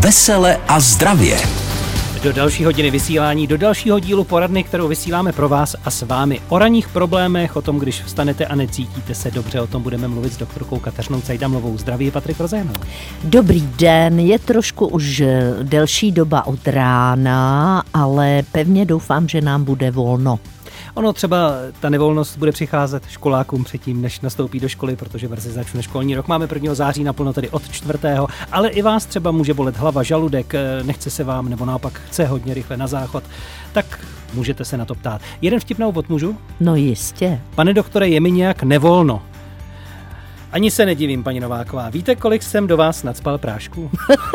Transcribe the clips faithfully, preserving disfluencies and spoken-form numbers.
Vesele a zdravě. Do další hodiny vysílání, do dalšího dílu poradny, kterou vysíláme pro vás a s vámi. O ranních problémech, o tom, když vstanete a necítíte se dobře, o tom budeme mluvit s doktorkou Kateřinou Cajdamlovou. Zdraví, Patrik Rozehnal. Dobrý den, je trošku už delší doba od rána, ale pevně doufám, že nám bude volno. Ono třeba ta nevolnost bude přicházet školákům předtím, než nastoupí do školy, protože brzy začne školní rok. Máme prvního září naplno tedy od čtvrtého, ale i vás třeba může bolet hlava, žaludek, nechce se vám, nebo naopak chce hodně rychle na záchod, tak můžete se na to ptát. Jeden vtip na úvod můžu? No jistě. Pane doktore, je mi nějak nevolno. Ani se nedivím, paní Nováková. Víte, kolik jsem do vás nacpal prášků?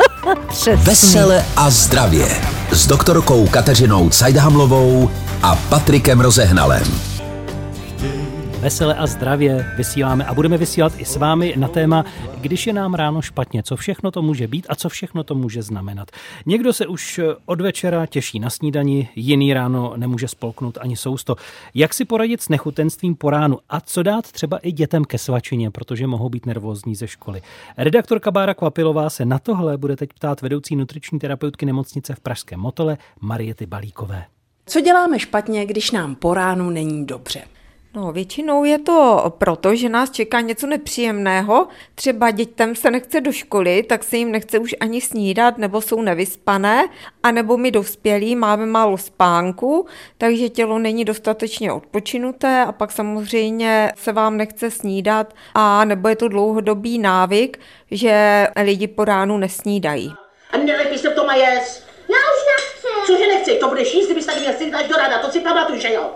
Vesele a zdravě s doktorkou Kateřinou Cajdamlovou a Patrikem Rozehnalem. Vesele a zdravě vysíláme a budeme vysílat i s vámi na téma, když je nám ráno špatně, co všechno to může být a co všechno to může znamenat. Někdo se už od večera těší na snídani, jiný ráno nemůže spolknout ani sousto. Jak si poradit s nechutenstvím po ránu a co dát třeba i dětem ke svačině, protože mohou být nervózní ze školy. Redaktorka Bára Kvapilová se na tohle bude teď ptát vedoucí nutriční terapeutky nemocnice v pražském Motole Mariety Balíkové. Co děláme špatně, když nám po ránu není dobře? No, většinou je to proto, že nás čeká něco nepříjemného. Třeba dětem se nechce do školy, tak se jim nechce už ani snídat, nebo jsou nevyspané, anebo my dospělí máme málo spánku, takže tělo není dostatečně odpočinuté a pak samozřejmě se vám nechce snídat, a nebo je to dlouhodobý návyk, že lidi po ránu nesnídají. A nejlepší se v tom jíst. Já už nechci. Cože nechci? To budeš jíst, kdybys tak měl snídat až do rána, to si pamatuj, že jo?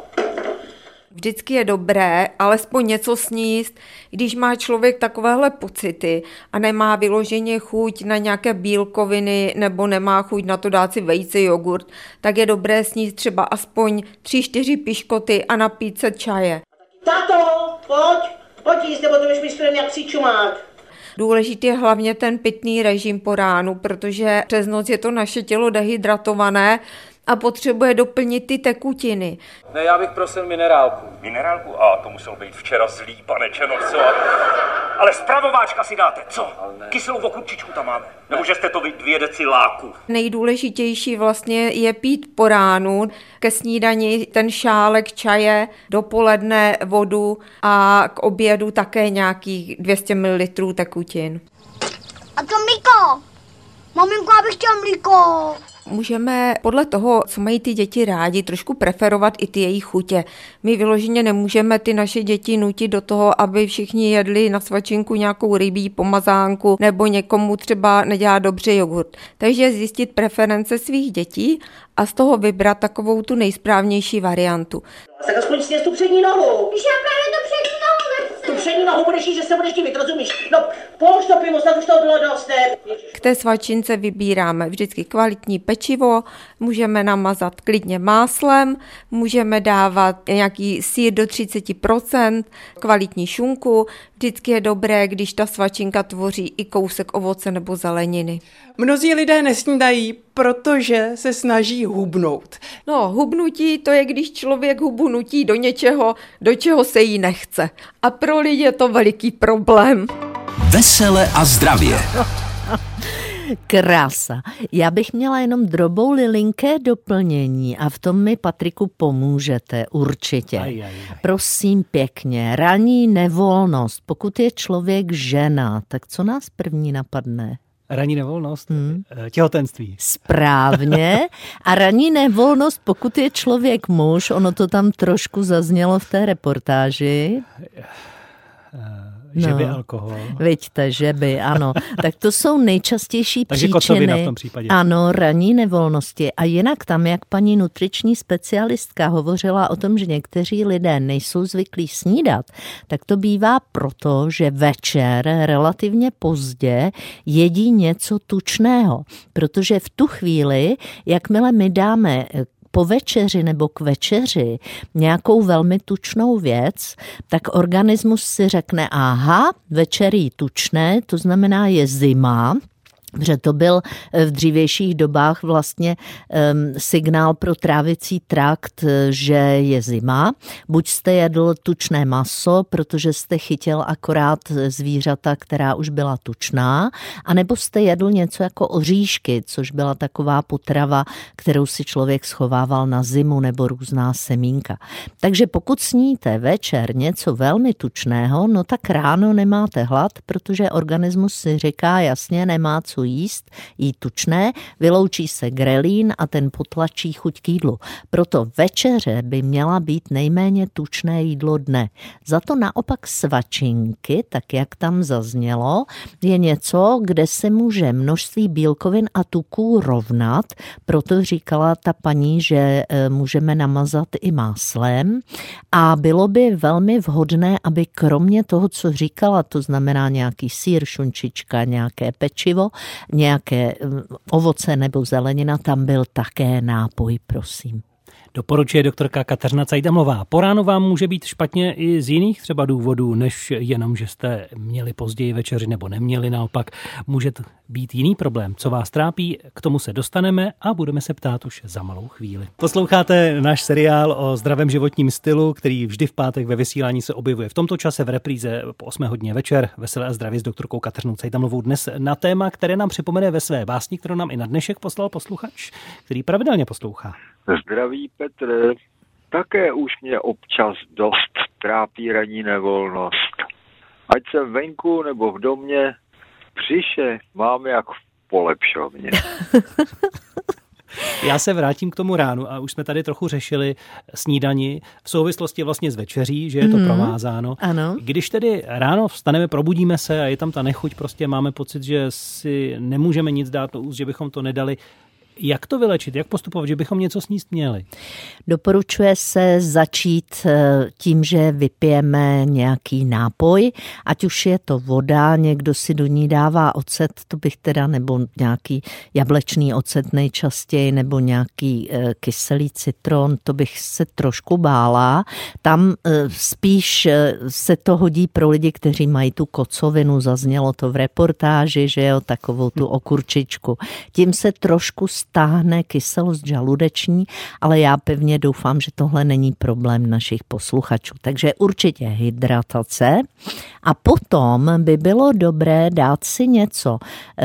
Vždycky je dobré alespoň něco sníst, když má člověk takovéhle pocity a nemá vyloženě chuť na nějaké bílkoviny nebo nemá chuť na to dát si vejce, jogurt, tak je dobré sníst třeba aspoň tři, čtyři piškoty a napít se čaje. Tato, pojď, pojď jíst, nebo to budeš mít skvělý jak psí čumák. Důležitý je hlavně ten pitný režim po ránu, protože přes noc je to naše tělo dehydratované a potřebuje doplnit ty tekutiny. Ne, já bych prosil minerálku. Minerálku? A to muselo být včera zlý, pane Černovco. Ale spravováčka si dáte, co? Ne. Kyselou okurčičku tam máme. Nebo že jste to vy dvě deci láku. Nejdůležitější vlastně je pít po ránu, ke snídani ten šálek čaje, dopoledne vodu a k obědu také nějakých dvě stě mililitrů tekutin. A to mlíko! Maminko, já bych chtěla mlíko! Můžeme podle toho, co mají ty děti rádi, trošku preferovat i ty jejich chutě. My vyloženě nemůžeme ty naše děti nutit do toho, aby všichni jedli na svačinku nějakou rybí pomazánku nebo někomu třeba nedělá dobře jogurt. Takže zjistit preference svých dětí a z toho vybrat takovou tu nejsprávnější variantu. Tak aspoň sněz tu přední nohu. Když já právě to přední nohu nechci. Tu přední nohu budeš jíst, že se budeš divit, rozumíš? No, polož to pivo, snad už toho bylo dost, ne? K té svačince vybíráme vždycky kvalitní pečivo, můžeme namazat klidně máslem, můžeme dávat nějaký sýr do třicet procent, kvalitní šunku. Vždycky je dobré, když ta svačinka tvoří i kousek ovoce nebo zeleniny. Mnozí lidé nesnídají, protože se snaží hubnout. No, hubnutí to je, když člověk hubu nutí do něčeho, do čeho se jí nechce. A pro lidi je to veliký problém. Vesele a zdravě. Krása. Já bych měla jenom drobou lilinké doplnění a v tom mi, Patriku, pomůžete určitě. Aj, aj, aj. Prosím pěkně, ranní nevolnost. Pokud je člověk žena, tak co nás první napadne? Ranní nevolnost, hmm. těhotenství. Správně. A ranní nevolnost, pokud je člověk muž, ono to tam trošku zaznělo v té reportáži. Že no, by alkohol. Vidíte, že by, ano. Tak to jsou nejčastější Takže příčiny. V tom případě. Ano, ranní nevolnosti. A jinak tam, jak paní nutriční specialistka hovořila o tom, že někteří lidé nejsou zvyklí snídat, tak to bývá proto, že večer relativně pozdě jedí něco tučného. Protože v tu chvíli, jakmile my dáme po večeři nebo k večeři nějakou velmi tučnou věc, tak organismus si řekne, aha, večerí tučné, to znamená je zima, Protože to byl v dřívějších dobách vlastně um, signál pro trávicí trakt, že je zima. Buď jste jedl tučné maso, protože jste chytil akorát zvířata, která už byla tučná, anebo jste jedl něco jako oříšky, což byla taková potrava, kterou si člověk schovával na zimu, nebo různá semínka. Takže pokud sníte večer něco velmi tučného, no tak ráno nemáte hlad, protože organismus si říká jasně, nemá co jíst, jí tučné, vyloučí se grelín a ten potlačí chuť k jídlu. Proto večeře by měla být nejméně tučné jídlo dne. Za to naopak svačinky, tak jak tam zaznělo, je něco, kde se může množství bílkovin a tuků rovnat, proto říkala ta paní, že můžeme namazat i máslem a bylo by velmi vhodné, aby kromě toho, co říkala, to znamená nějaký sýr, šunčička, nějaké pečivo, nějaké ovoce nebo zelenina, tam byl také nápoj, prosím. Doporučuje doktorka Kateřina Cajdhamlová. Po ránu vám může být špatně i z jiných třeba důvodů, než jenom, že jste měli později večeři nebo neměli. Naopak může být jiný problém. Co vás trápí, k tomu se dostaneme a budeme se ptát už za malou chvíli. Posloucháte náš seriál o zdravém životním stylu, který vždy v pátek ve vysílání se objevuje v tomto čase v repríze po osmé hodině večer. Veselé a zdravě s doktorkou Kateřinou Cajdhamlovou dnes na téma, které nám připomene ve své básni, kterou nám i na dnešek poslal posluchač, který pravidelně poslouchá. Zdraví Petr, také už mě občas dost trápí ranní nevolnost. Ať jsem venku nebo v domě, přiše mám jak v polepšovně. Já se vrátím k tomu ránu a už jsme tady trochu řešili snídani v souvislosti vlastně s večeří, že je to mm, provázáno. Ano. Když tedy ráno vstaneme, probudíme se a je tam ta nechuť, prostě máme pocit, že si nemůžeme nic dát do úst, že bychom to nedali. Jak to vylečit? Jak postupovat, že bychom něco sníst měli? Doporučuje se začít tím, že vypijeme nějaký nápoj, ať už je to voda, někdo si do ní dává ocet, to bych teda, nebo nějaký jablečný ocet nejčastěji, nebo nějaký kyselý citron, to bych se trošku bála. Tam spíš se to hodí pro lidi, kteří mají tu kocovinu, zaznělo to v reportáži, že jo, takovou tu okurčičku. Tím se trošku stáhne kyselost žaludeční, ale já pevně doufám, že tohle není problém našich posluchačů. Takže určitě hydratace a potom by bylo dobré dát si něco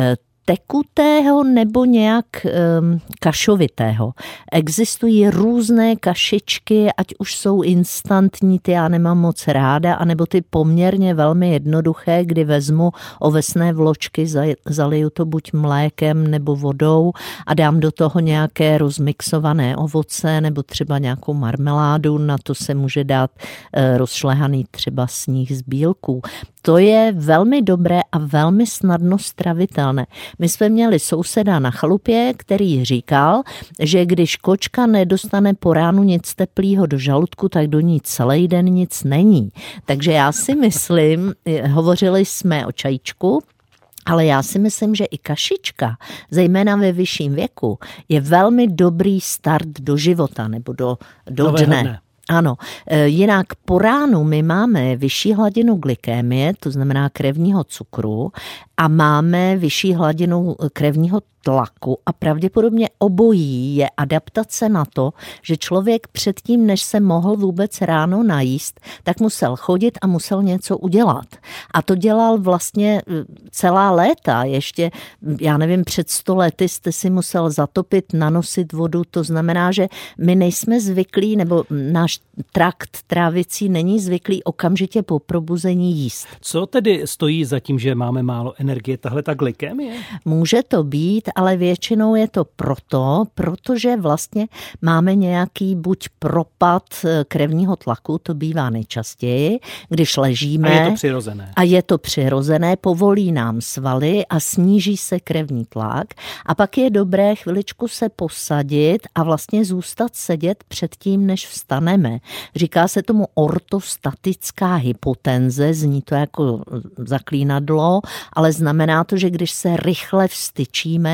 tekutého nebo nějak um, kašovitého. Existují různé kašičky, ať už jsou instantní, ty já nemám moc ráda, anebo ty poměrně velmi jednoduché, kdy vezmu ovesné vločky, zaliju to buď mlékem nebo vodou a dám do toho nějaké rozmixované ovoce nebo třeba nějakou marmeládu, na to se může dát uh, rozšlehaný třeba sníh z bílků. To je velmi dobré a velmi snadno stravitelné. My jsme měli souseda na chalupě, který říkal, že když kočka nedostane po ránu nic teplýho do žaludku, tak do ní celý den nic není. Takže já si myslím, hovořili jsme o čajíčku, ale já si myslím, že i kašička, zejména ve vyšším věku, je velmi dobrý start do života nebo do, do dne. dne. Ano, jinak po ránu my máme vyšší hladinu glykémie, to znamená krevního cukru, a máme vyšší hladinu krevního tlaku a pravděpodobně obojí je adaptace na to, že člověk předtím, než se mohl vůbec ráno najíst, tak musel chodit a musel něco udělat. A to dělal vlastně celá léta. Ještě, já nevím, před sto lety jste si musel zatopit, nanosit vodu, to znamená, že my nejsme zvyklí, nebo náš trakt trávicí není zvyklý okamžitě po probuzení jíst. Co tedy stojí za tím, že máme málo energie, tahle ta glykémie? Může to být, ale většinou je to proto, protože vlastně máme nějaký buď propad krevního tlaku, to bývá nejčastěji, když ležíme. A je to přirozené. A je to přirozené, povolí nám svaly a sníží se krevní tlak. A pak je dobré chviličku se posadit a vlastně zůstat sedět před tím, než vstaneme. Říká se tomu ortostatická hypotenze, zní to jako zaklínadlo, ale znamená to, že když se rychle vstyčíme,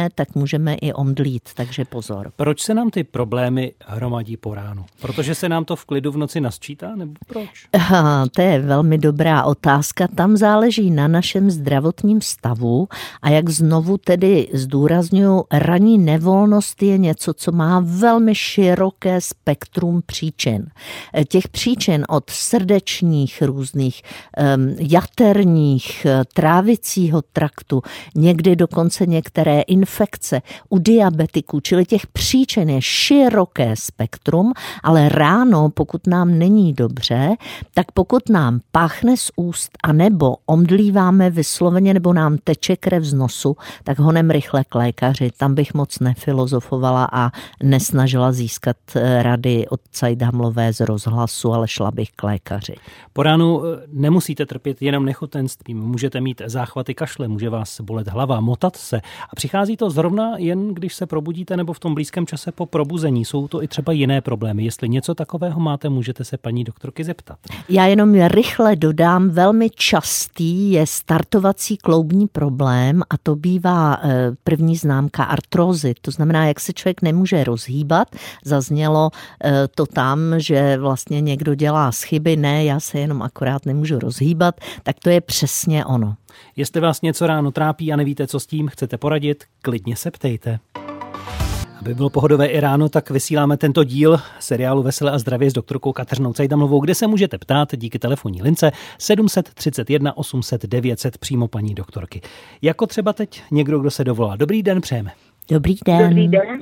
omdlíme, tak můžeme i omdlít, takže pozor. Proč se nám ty problémy hromadí po ránu? Protože se nám to v klidu v noci nasčítá, nebo proč? Aha, to je velmi dobrá otázka. Tam záleží na našem zdravotním stavu a jak znovu tedy zdůrazňuji, ranní nevolnost je něco, co má velmi široké spektrum příčin. Těch příčin od srdečních různých, um, jaterních, trávicího traktu, někdy dokonce některé infekce u diabetiků, čili těch příčin je široké spektrum, ale ráno, pokud nám není dobře, tak pokud nám páchne z úst a nebo omdlíváme vysloveně nebo nám teče krev z nosu, tak honem rychle k lékaři. Tam bych moc nefilozofovala a nesnažila získat rady od Cajdhamlové z rozhlasu, ale šla bych k lékaři. Po ránu nemusíte trpět jenom nechutenstvím, můžete mít záchvaty kašle, může vás bolet hlava, motat se a přichází to zrovna jen, když se probudíte nebo v tom blízkém čase po probuzení. Jsou to i třeba jiné problémy. Jestli něco takového máte, můžete se paní doktorky zeptat. Já jenom rychle dodám, velmi častý je startovací kloubní problém a to bývá první známka artrózy. To znamená, jak se člověk nemůže rozhýbat. Zaznělo to tam, že vlastně někdo dělá chyby. Ne, já se jenom akorát nemůžu rozhýbat, tak to je přesně ono. Jestli vás něco ráno trápí a nevíte, co s tím, chcete poradit, klidně se ptejte. Aby bylo pohodové i ráno, tak vysíláme tento díl seriálu Veselé a zdravě s doktorkou Kateřinou Cajdhamlovou, kde se můžete ptát díky telefonní lince sedm set třicet jedna osm set devět set přímo paní doktorky. Jako třeba teď někdo, kdo se dovolá. Dobrý den, přejeme. Dobrý den. Dobrý den.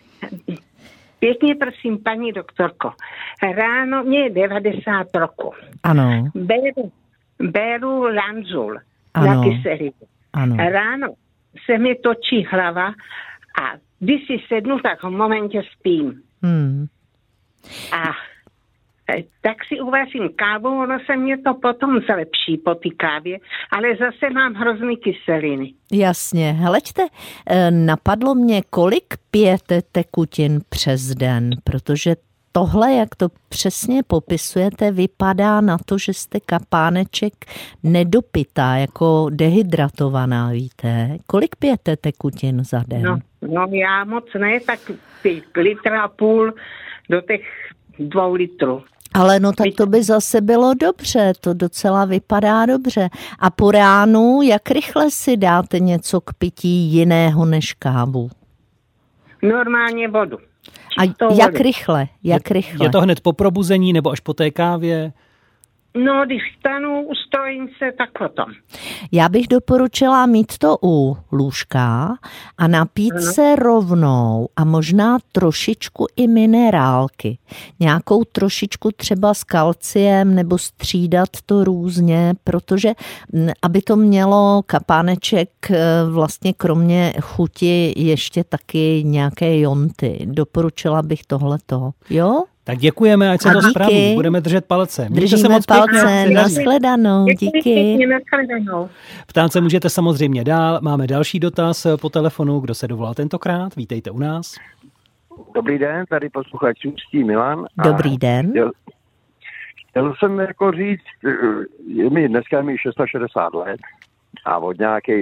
Pěkně prosím, paní doktorko. Ráno, mě je devadesát roku. Ano. Beru, beru Lanzul ano. na kyselinu. Ano. Ráno se mi točí hlava a když si sednu, tak v momentě spím. Hmm. A tak si uvařím kávu, ono se mě to potom zlepší po té kávě, ale zase mám hrozný kyseliny. Jasně. Heleďte, napadlo mě, kolik pijete tekutin přes den, protože tohle, jak to přesně popisujete, vypadá na to, že jste kapáneček nedopitá, jako dehydratovaná, víte? Kolik pijete tekutin za den? No, no já moc ne, tak litra a půl do těch dvou litrů. Ale no tak to by zase bylo dobře, to docela vypadá dobře. A po ránu, jak rychle si dáte něco k pití jiného než kávu? Normálně vodu. A jak vodu. rychle? Jak je, rychle? Je to hned po probuzení nebo až po té kávě? No, když stanu, ustojím se, tak potom. Já bych doporučila mít to u lůžka a napít ano. se rovnou a možná trošičku i minerálky. Nějakou trošičku třeba s kalciem nebo střídat to různě, protože aby to mělo kapáneček vlastně kromě chuti ještě taky nějaké jonty. Doporučila bych tohleto. Jo? Tak děkujeme, ať se a to díky. spraví. Budeme držet palce. Mějte Držíme se moc palce, pěkně. nashledanou, díky. Ptát se můžete samozřejmě dál. Máme další dotaz po telefonu. Kdo se dovolal tentokrát? Vítejte u nás. Dobrý den, tady posluchač Ústí Milan. Dobrý den. Chtěl, chtěl jsem jako říct, je mi dneska je mi šedesát šest let a od nějakých,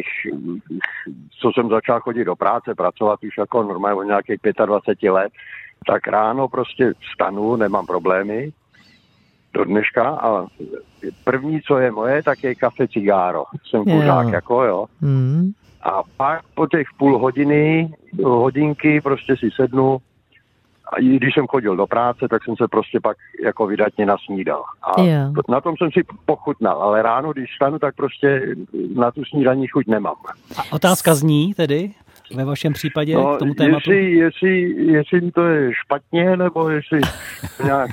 co jsem začal chodit do práce, pracovat už jako normálně od nějakých dvacet pět let, tak ráno prostě vstanu, nemám problémy do dneška a první, co je moje, tak je kafe cigáro. Jsem kuřák, jako jo. Hmm. A pak po těch půl hodiny, hodinky prostě si sednu a když jsem chodil do práce, tak jsem se prostě pak jako vydatně nasnídal. A jo. na tom jsem si pochutnal, ale ráno, když vstanu, tak prostě na tu snídaní chuť nemám. A otázka zní tedy ve vašem případě no, k tomu tématu? Jestli, jestli, jestli to je špatně, nebo jestli nějak...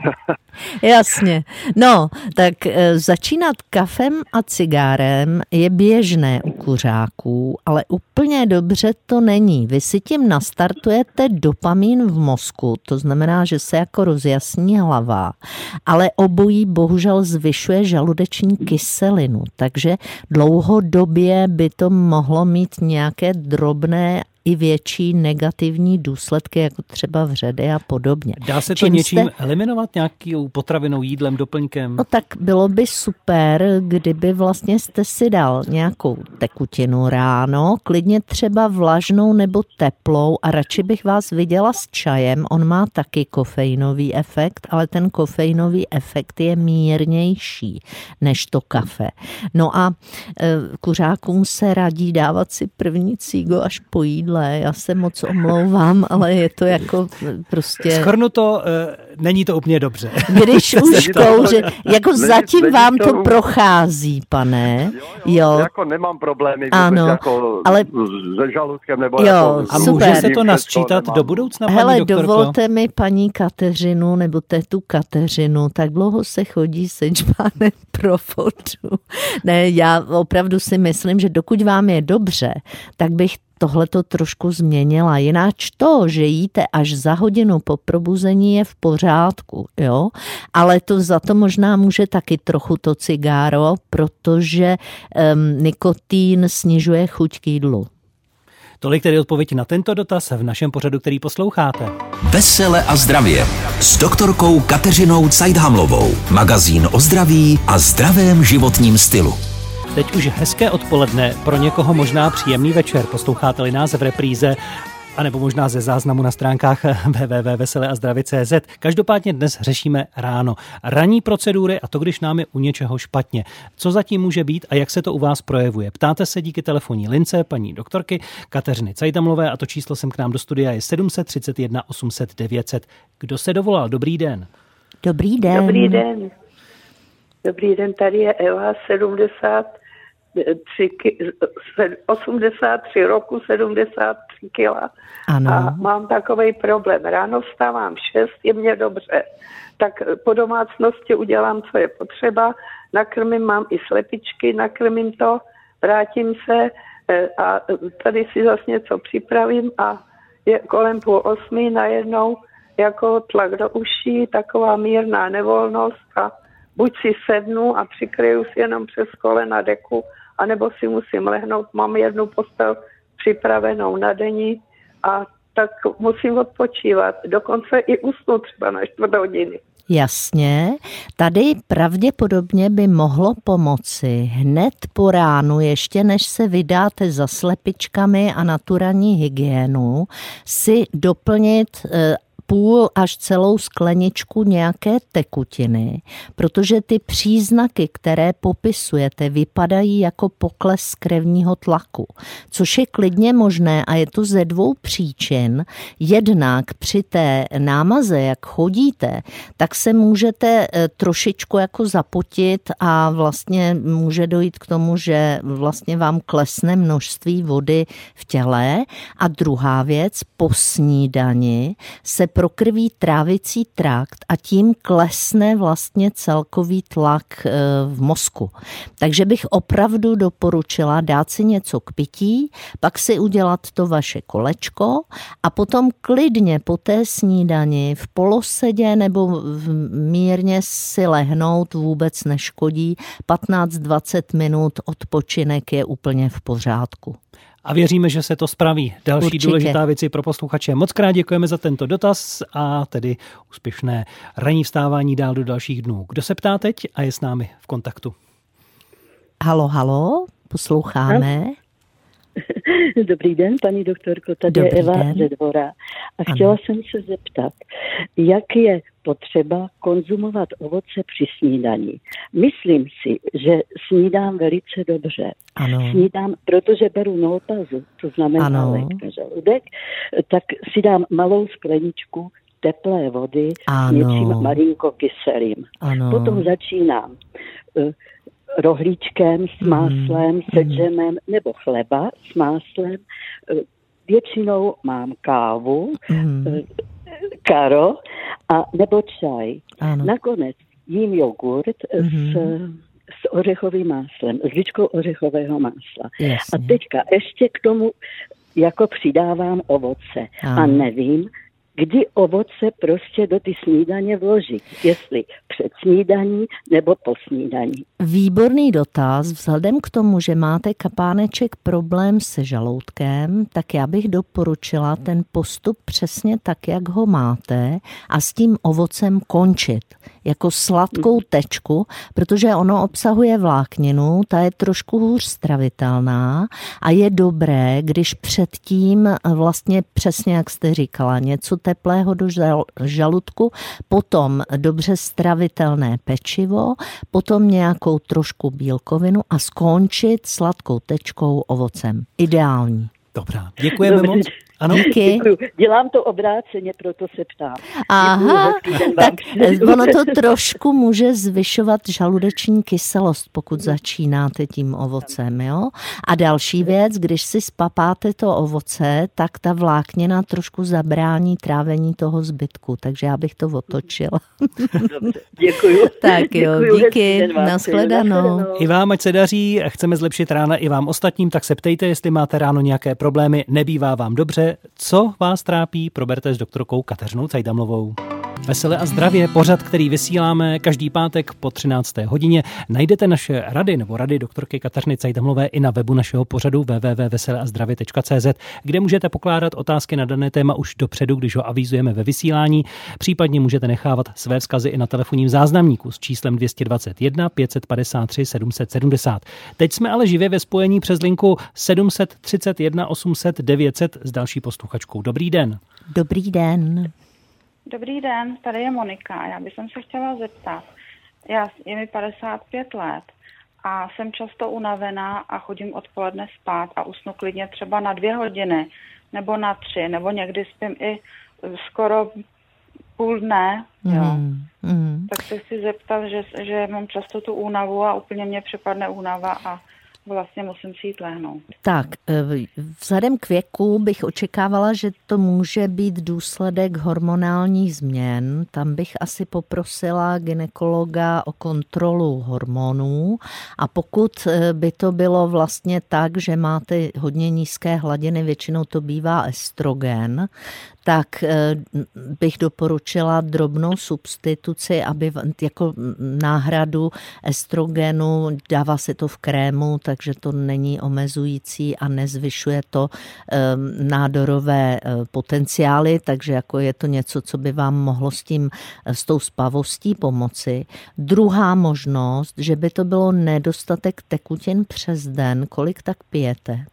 Jasně. No, tak e, začínat kafem a cigárem je běžné u kuřáků, ale úplně dobře to není. Vy si tím nastartujete dopamin v mozku, to znamená, že se jako rozjasní hlava, ale obojí bohužel zvyšuje žaludeční kyselinu, takže dlouhodobě by to mohlo mít nějaké drobné i větší negativní důsledky, jako třeba vředy a podobně. Dá se to Čím něčím jste... eliminovat, nějakou potravinou, jídlem, doplňkem? No tak bylo by super, kdyby vlastně jste si dal nějakou tekutinu ráno, klidně třeba vlažnou nebo teplou a radši bych vás viděla s čajem. On má taky kofeinový efekt, ale ten kofeinový efekt je mírnější než to kafe. No a e, kuřákům se radí dávat si první cígo až po jídle. Já se moc omlouvám, ale je to jako prostě... Shrnu to, e, není to úplně dobře. Když už kouře, jako není, zatím není vám to, to prochází, pane. Jo, jo, jo. Jako nemám problémy ano, jako ale... se žaludkem nebo jo, jako... A může se to nasčítat do budoucna, paní Hele, doktorko? dovolte mi paní Kateřinu, nebo tetu Kateřinu, tak dlouho se chodí se džbánem pro vodu. Ne, já opravdu si myslím, že dokud vám je dobře, tak bych tohleto trošku změnila. Jináč to, že jíte až za hodinu po probuzení, je v pořádku, jo? Ale to za to možná může taky trochu to cigáro, protože um, nikotin snižuje chuť k jídlu. Tolik tedy odpověď na tento dotaz v našem pořadu, který posloucháte. Vesele a zdravě s doktorkou Kateřinou Cajdhamlovou. Magazín o zdraví a zdravém životním stylu. Teď už hezké odpoledne, pro někoho možná příjemný večer. Posloucháte-li nás v repríze, anebo možná ze záznamu na stránkách w w w tečka vesele a zdravě tečka c z. Každopádně dnes řešíme ráno. Ranní procedury a to, když nám je u něčeho špatně. Co zatím může být a jak se to u vás projevuje? Ptáte se díky telefonní lince paní doktorky Kateřiny Cajdhamlové a to číslo sem k nám do studia je sedm set třicet jedna osm set devět set. Kdo se dovolal? Dobrý den. Dobrý den. Dobrý den. Dobrý den, tady je Eva, sedmdesát tři, osmdesát tři roku, sedmdesát tři kila. Ano. A mám takovej problém. Ráno vstávám šest, je mě dobře. Tak po domácnosti udělám, co je potřeba. Nakrmím, mám i slepičky, nakrmím to, vrátím se a tady si zase něco připravím a je kolem půl osmi najednou jako tlak do uší, taková mírná nevolnost a buď si sednu a přikryju si jenom přes kolena deku, anebo si musím lehnout, mám jednu postel připravenou na denní a tak musím odpočívat. Dokonce i usnu třeba na čtvrt hodiny. Jasně, tady pravděpodobně by mohlo pomoci hned po ránu, ještě než se vydáte za slepičkami a naturální hygienu, si doplnit půl až celou skleničku nějaké tekutiny, protože ty příznaky, které popisujete, vypadají jako pokles krevního tlaku, což je klidně možné a je to ze dvou příčin. Jednak při té námaze, jak chodíte, tak se můžete trošičku jako zapotit a vlastně může dojít k tomu, že vlastně vám klesne množství vody v těle. A druhá věc, po snídani se prokrví trávicí trakt a tím klesne vlastně celkový tlak v mozku. Takže bych opravdu doporučila dát si něco k pití, pak si udělat to vaše kolečko a potom klidně po té snídani v polosedě nebo mírně si lehnout vůbec neškodí. patnáct dvacet minut odpočinek je úplně v pořádku. A věříme, že se to spraví. Další Určitě. Důležitá věc pro posluchače. Moc krát děkujeme za tento dotaz a tedy úspěšné ranní vstávání dál do dalších dnů. Kdo se ptá teď a je s námi v kontaktu? Halo, halo, posloucháme. Dobrý den, paní doktorko, tady Dobrý je Eva den. ze Dvora. A chtěla ano. jsem se zeptat, jak je potřeba konzumovat ovoce při snídani. Myslím si, že snídám velice dobře. Ano. Snídám, protože beru Nolpazu, to znamená lék na žaludek, tak si dám malou skleničku teplé vody ano. s něčím malinko kyselým. Ano. Potom začínám uh, rohlíčkem s máslem, mm. se džemem nebo chleba s máslem. Většinou mám kávu, mm. karo a nebo čaj. Ano. Nakonec jím jogurt mm. s, s ořechovým máslem, s ličkou ořechového másla. Jasně. A teďka ještě k tomu jako přidávám ovoce. Ano. A nevím, kdy ovoce prostě do ty snídaně vložit. Jestli před snídaní nebo po snídaní. Výborný dotaz. Vzhledem k tomu, že máte, kapáneček, problém se žaludkem, tak já bych doporučila ten postup přesně tak, jak ho máte, a s tím ovocem končit jako sladkou tečku, protože ono obsahuje vlákninu, ta je trošku hůř stravitelná a je dobré, když předtím vlastně přesně, jak jste říkala, něco teplého do žaludku, potom dobře stravitelné pečivo, potom nějakou trošku bílkovinu a skončit sladkou tečkou ovocem. Ideální. Dobrá, děkujeme Dobře. moc. Ano? Díky. Děkuju. Dělám to obráceně, proto se ptám. Aha, Děkuju, tak ono to trošku může zvyšovat žaludeční kyselost, pokud začínáte tím ovocem, jo? A další věc, když si spapáte to ovoce, tak ta vláknina trošku zabrání trávení toho zbytku, takže já bych to otočila. Dobře, děkuju. Tak jo, Děkuju, díky, nashledanou. I vám, ať se daří, chceme zlepšit rána i vám ostatním, tak se ptejte, jestli máte ráno nějaké problémy, nebývá vám dobře. Co vás trápí, proberte s doktorkou Kateřinou Cajdhamlovou. Veselé a zdravě, pořad, který vysíláme každý pátek po třinácté hodině. Najdete naše rady nebo rady doktorky Kateřiny Cajdhamlové i na webu našeho pořadu w w w tečka veseleazdravě tečka c z, kde můžete pokládat otázky na dané téma už dopředu, když ho avizujeme ve vysílání. Případně můžete nechávat své vzkazy i na telefonním záznamníku s číslem dvě stě dvacet jedna pět set padesát tři sedm set sedmdesát. Teď jsme ale živě ve spojení přes linku sedm set třicet jedna osm set devět set s další posluchačkou. Dobrý den. Dobrý den. Dobrý den, tady je Monika. Já bych se chtěla zeptat. Já, je mi padesát pět let a jsem často unavená a chodím odpoledne spát a usnu klidně třeba na dvě hodiny nebo na tři, nebo někdy spím i skoro půl dne. Jo. Mm, mm. Tak se chci zeptat, že, že mám často tu únavu a úplně mě připadne únava a vlastně musím si jít lehnout. Tak, vzhledem k věku bych očekávala, že to může být důsledek hormonálních změn. Tam bych asi poprosila gynekologa o kontrolu hormonů a pokud by to bylo vlastně tak, že máte hodně nízké hladiny, většinou to bývá estrogen, tak bych doporučila drobnou substituci, aby jako náhradu estrogenu, dává se to v krému, takže to není omezující a nezvyšuje to nádorové potenciály, takže jako je to něco, co by vám mohlo s tím, s tou spavostí pomoci. Druhá možnost, že by to bylo nedostatek tekutin přes den, kolik tak pijete?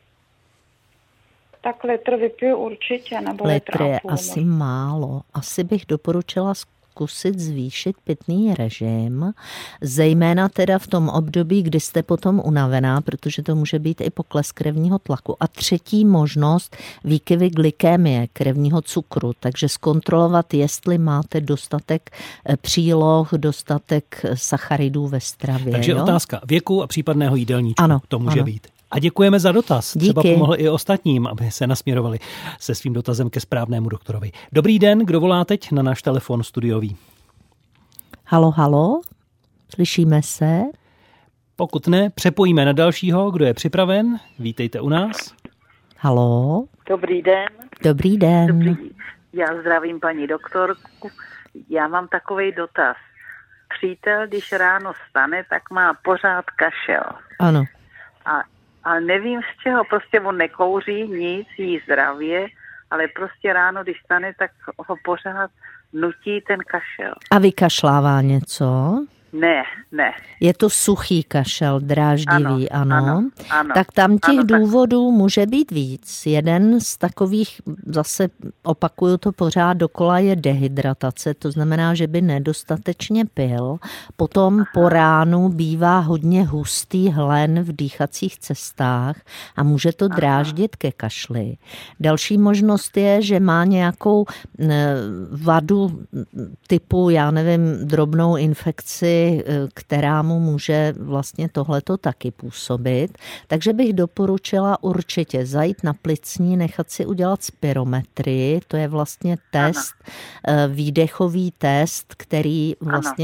Tak litr vypiju určitě, nebo litr litr je a půl, asi možná. málo. Asi bych doporučila zkusit zvýšit pitný režim, zejména teda v tom období, kdy jste potom unavená, protože to může být i pokles krevního tlaku. A třetí možnost, výkyvy glykémie, krevního cukru, takže zkontrolovat, jestli máte dostatek příloh, dostatek sacharidů ve stravě. Takže jo? otázka věku a případného jídelníčku, ano, to může ano. být. A děkujeme za dotaz. Díky. Třeba pomohl i ostatním, aby se nasměrovali se svým dotazem ke správnému doktorovi. Dobrý den, kdo volá teď na náš telefon studiový? Halo, halo, slyšíme se? Pokud ne, přepojíme na dalšího, kdo je připraven. Vítejte u nás. Halo. Dobrý den. Dobrý den. Dobrý. Já zdravím paní doktorku. Já mám takový dotaz. Přítel, když ráno vstane, tak má pořád kašel. Ano. A, ale nevím z čeho, prostě on nekouří nic, jí zdravě, ale prostě ráno, když stane, tak ho pořád nutí ten kašel. A vykašlává něco? Ne, ne. Je to suchý kašel, dráždivý, ano. Ano, ano, ano tak tam těch ano, důvodů tak... může být víc. Jeden z takových, zase opakuju to pořád dokola, je dehydratace, to znamená, že by nedostatečně pil. Potom Aha. po ránu bývá hodně hustý hlen v dýchacích cestách a může to Aha. dráždit ke kašli. Další možnost je, že má nějakou vadu typu, já nevím, drobnou infekci, která mu může vlastně tohleto taky působit. Takže bych doporučila určitě zajít na plicní, nechat si udělat spirometrii, to je vlastně test, ano. výdechový test, který vlastně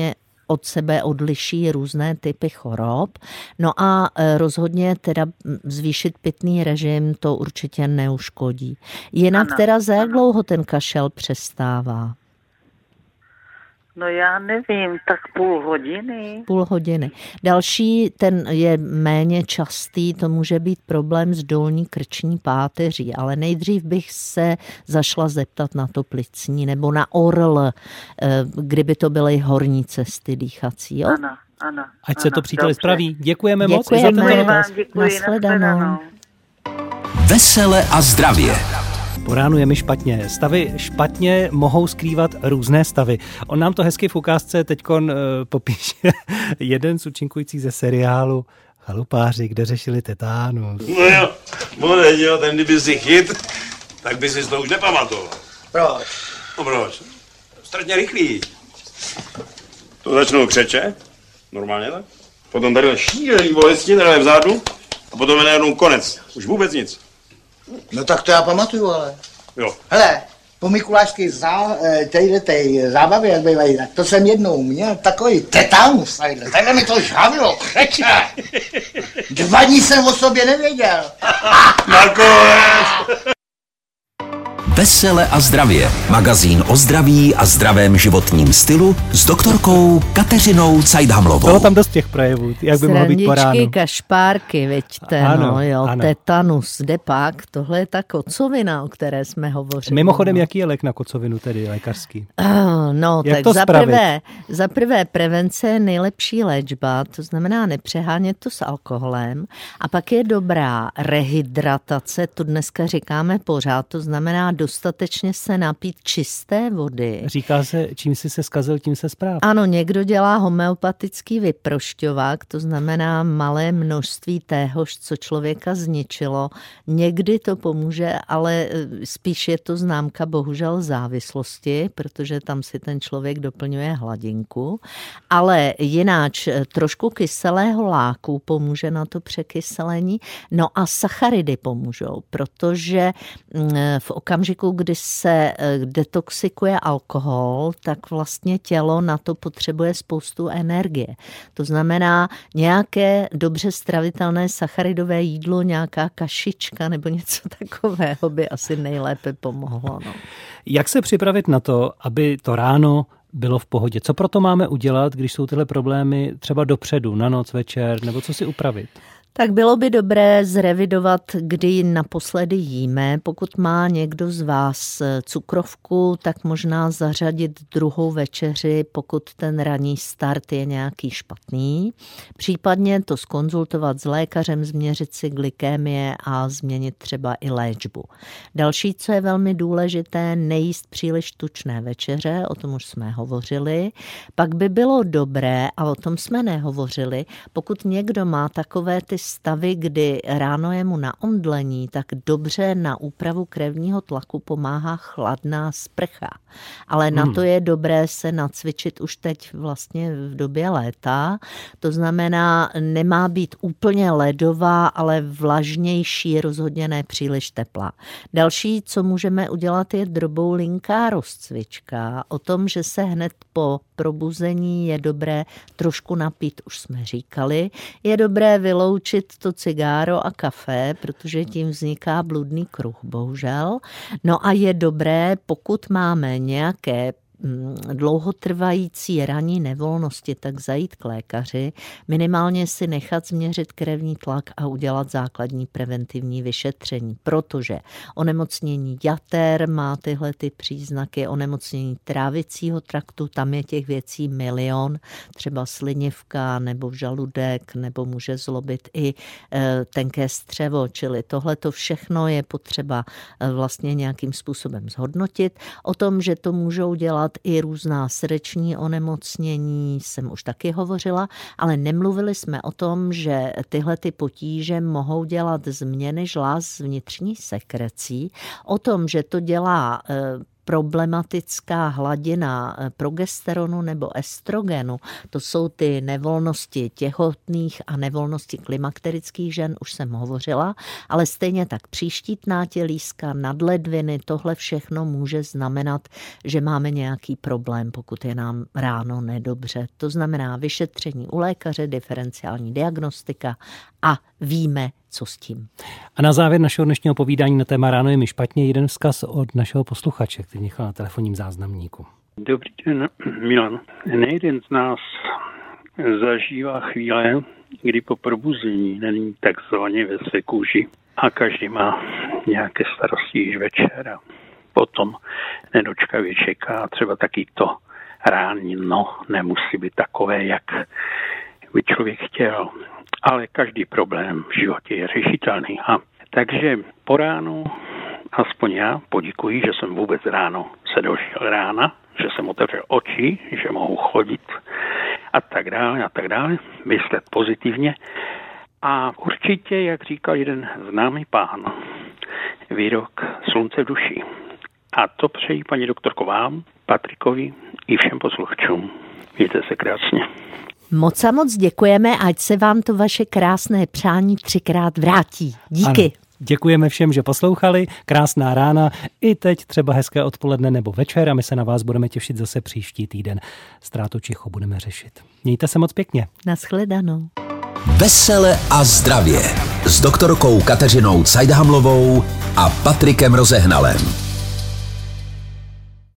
od sebe odliší různé typy chorob. No a rozhodně teda zvýšit pitný režim to určitě neuškodí. Jinak ano, teda za jak dlouho ten kašel přestává? No já nevím, tak půl hodiny. Půl hodiny. Další, ten je méně častý, to může být problém s dolní krční páteří, ale nejdřív bych se zašla zeptat na to plicní nebo na orl, kdyby to byly horní cesty dýchací. Jo? Ano, ano. Ať se ano, to přítel dobře. spraví. Děkujeme, Děkujeme moc za tento dotaz. Děkuji, nashledanou. Vesele a zdravě. Po ránu je mi špatně. Stavy špatně mohou skrývat různé stavy. On nám to hezky v ukázce teďkon uh, popíše jeden z účinkujících ze seriálu Chalupáři, kde řešili tetánus. No jo, bude jo, ten kdyby si chyt, tak by si to už nepamatoval. Proč? No proč? Strašně rychlý. To začnou křeče, normálně tak. Potom tady šílený bolesti, tady vzadu. A potom je najednou konec. Už vůbec nic. No tak to já pamatuju, ale. Jo. Hele, po mikulášské zá, tejde tej zábavě, jak bývají, tak to jsem jednou měl takový tetanus, tadyhle. Takhle mi to žhavilo, křeče. Dva dní jsem o sobě nevěděl. Nakonec. Vesele a zdravě. Magazín o zdraví a zdravém životním stylu s doktorkou Kateřinou Cajdhamlovou. Bylo tam dost těch projevů, jak by mohlo být po ránu. Srandičky, kašpárky, veďte, Ano, no jo, ano. tetanus, kde pak, tohle je ta kocovina, o které jsme hovořili. Mimochodem, no. jaký je lék na kocovinu, tedy lékařský? Oh, no, Jak tak to za spravit? prvé, za prvé prevence je nejlepší léčba, to znamená nepřehánět to s alkoholem. A pak je dobrá rehydratace, to dneska říkáme pořád, to znamená dostatečně se napít čisté vody. Říká se, čím jsi se zkazil, tím se správ. Ano, někdo dělá homeopatický vyprošťovák, to znamená malé množství téhož, co člověka zničilo. Někdy to pomůže, ale spíš je to známka bohužel závislosti, protože tam si ten člověk doplňuje hladinku. Ale jináč trošku kyselého láku pomůže na to překyselení. No a sacharidy pomůžou, protože v okamžiku, kdy se detoxikuje alkohol, tak vlastně tělo na to potřebuje spoustu energie. To znamená nějaké dobře stravitelné sacharidové jídlo, nějaká kašička nebo něco takového by asi nejlépe pomohlo. No. Jak se připravit na to, aby to ráno bylo v pohodě? Co proto máme udělat, když jsou tyhle problémy třeba dopředu, na noc, večer, nebo co si upravit? Tak bylo by dobré zrevidovat, kdy naposledy jíme. Pokud má někdo z vás cukrovku, tak možná zařadit druhou večeři, pokud ten ranní start je nějaký špatný. Případně to zkonzultovat s lékařem, změřit si glykémie a změnit třeba i léčbu. Další, co je velmi důležité, nejíst příliš tučné večeře, o tom už jsme hovořili. Pak by bylo dobré, a o tom jsme nehovořili, pokud někdo má takové ty stavy, kdy ráno je mu na omdlení, tak dobře na úpravu krevního tlaku pomáhá chladná sprcha. Ale hmm. na to je dobré se nacvičit už teď vlastně v době léta. To znamená, nemá být úplně ledová, ale vlažnější, rozhodně ne příliš teplá. Další, co můžeme udělat, je droboulinká rozcvička. O tom, že se hned po probuzení je dobré trošku napít, už jsme říkali. Je dobré vyloučit to cigáro a kafe, protože tím vzniká bludný kruh, bohužel. No a je dobré, pokud máme nějaké dlouhotrvající ranní nevolnosti, tak zajít k lékaři, minimálně si nechat změřit krevní tlak a udělat základní preventivní vyšetření, protože onemocnění jater má tyhle ty příznaky, onemocnění trávicího traktu, tam je těch věcí milion, třeba slinivka nebo žaludek, nebo může zlobit i tenké střevo, čili tohle to všechno je potřeba vlastně nějakým způsobem zhodnotit. O tom, že to můžou dělat i různá srdeční onemocnění, jsem už taky hovořila, ale nemluvili jsme o tom, že tyhle ty potíže mohou dělat změny žláz vnitřní sekrecí, o tom, že to dělá problematická hladina progesteronu nebo estrogenu, to jsou ty nevolnosti těhotných a nevolnosti klimakterických žen, už jsem hovořila, ale stejně tak příštítná tělíska, nadledviny, tohle všechno může znamenat, že máme nějaký problém, pokud je nám ráno nedobře. To znamená vyšetření u lékaře, diferenciální diagnostika a víme, co s tím. A na závěr našeho dnešního povídání na téma Ráno je mi špatně jeden vzkaz od našeho posluchače, který nechal na telefonním záznamníku. Dobrý den, Milan. Nejeden z nás zažívá chvíle, kdy po probuzení není takzvaně ve své kůži a každý má nějaké starosti již večer a potom nedočkavě čeká. Třeba taky to ráno nemusí být takové, jak by člověk chtěl. Ale každý problém v životě je řešitelný. A takže po ránu, aspoň já poděkuji, že jsem vůbec ráno se dožil rána, že jsem otevřel oči, že mohu chodit a tak dále a tak dále, myslet pozitivně. A určitě, jak říkal jeden známý pán, výrok slunce v duši. A to přeji, paní doktorko, vám, Patrikovi i všem posluchačům. Mějte se krásně. Moc a moc děkujeme, ať se vám to vaše krásné přání třikrát vrátí. Díky. Ano, děkujeme všem, že poslouchali. Krásná rána, i teď třeba hezké odpoledne nebo večer a my se na vás budeme těšit zase příští týden. Ztrátu čichu budeme řešit. Mějte se moc pěkně. Nashledanou. Vesele a zdravě s doktorkou Kateřinou Cajdhamlovou a Patrikem Rozehnalem.